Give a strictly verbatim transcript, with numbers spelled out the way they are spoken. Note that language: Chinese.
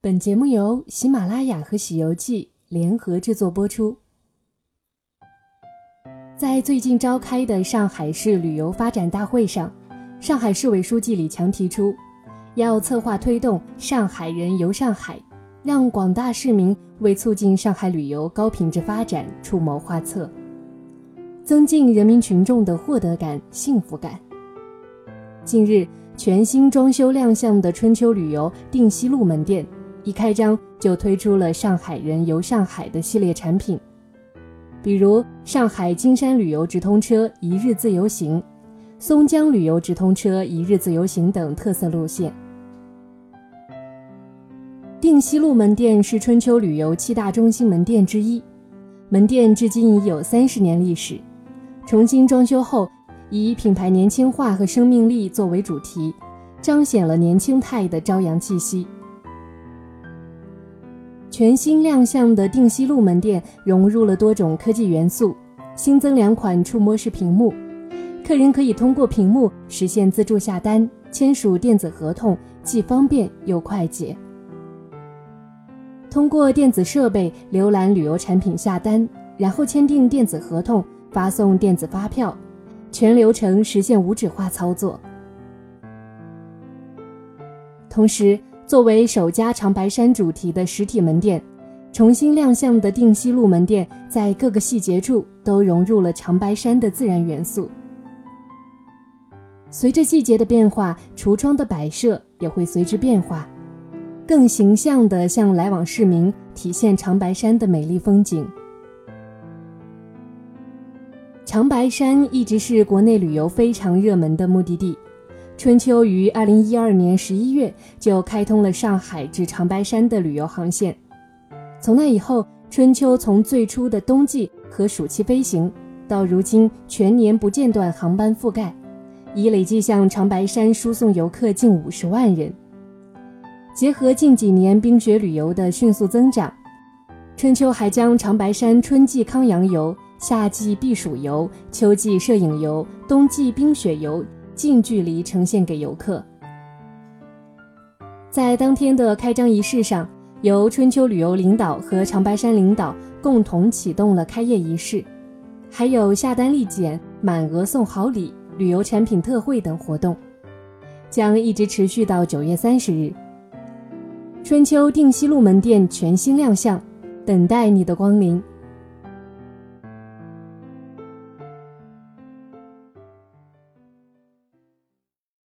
本节目由喜马拉雅和喜游记联合制作播出。在最近召开的上海市旅游发展大会上，上海市委书记李强提出，要策划推动上海人游上海，让广大市民为促进上海旅游高品质发展出谋划策，增进人民群众的获得感、幸福感。近日，全新装修亮相的春秋旅游定西路门店一开张就推出了上海人游上海的系列产品，比如上海金山旅游直通车一日自由行、松江旅游直通车一日自由行等特色路线。定西路门店是春秋旅游七大中心门店之一，门店至今已有三十年历史。重新装修后，以品牌年轻化和生命力作为主题，彰显了年轻态的朝阳气息。全新亮相的定西路门店融入了多种科技元素，新增两款触摸式屏幕，客人可以通过屏幕实现自助下单、签署电子合同，既方便又快捷。通过电子设备浏览旅游产品下单，然后签订电子合同，发送电子发票，全流程实现无纸化操作。同时，作为首家长白山主题的实体门店，重新亮相的定西路门店在各个细节处都融入了长白山的自然元素。随着季节的变化，橱窗的摆设也会随之变化，更形象地向来往市民体现长白山的美丽风景。长白山一直是国内旅游非常热门的目的地。春秋于二零一二年十一月就开通了上海至长白山的旅游航线。从那以后，春秋从最初的冬季和暑期飞行，到如今全年不间断航班覆盖，已累计向长白山输送游客近五十万人。结合近几年冰雪旅游的迅速增长，春秋还将长白山春季康养游、夏季避暑游、秋季摄影游、冬季冰雪游近距离呈现给游客。在当天的开张仪式上，由春秋旅游领导和长白山领导共同启动了开业仪式，还有下单立减、满额送好礼、旅游产品特惠等活动，将一直持续到九月三十日。春秋定西路门店全新亮相，等待你的光临。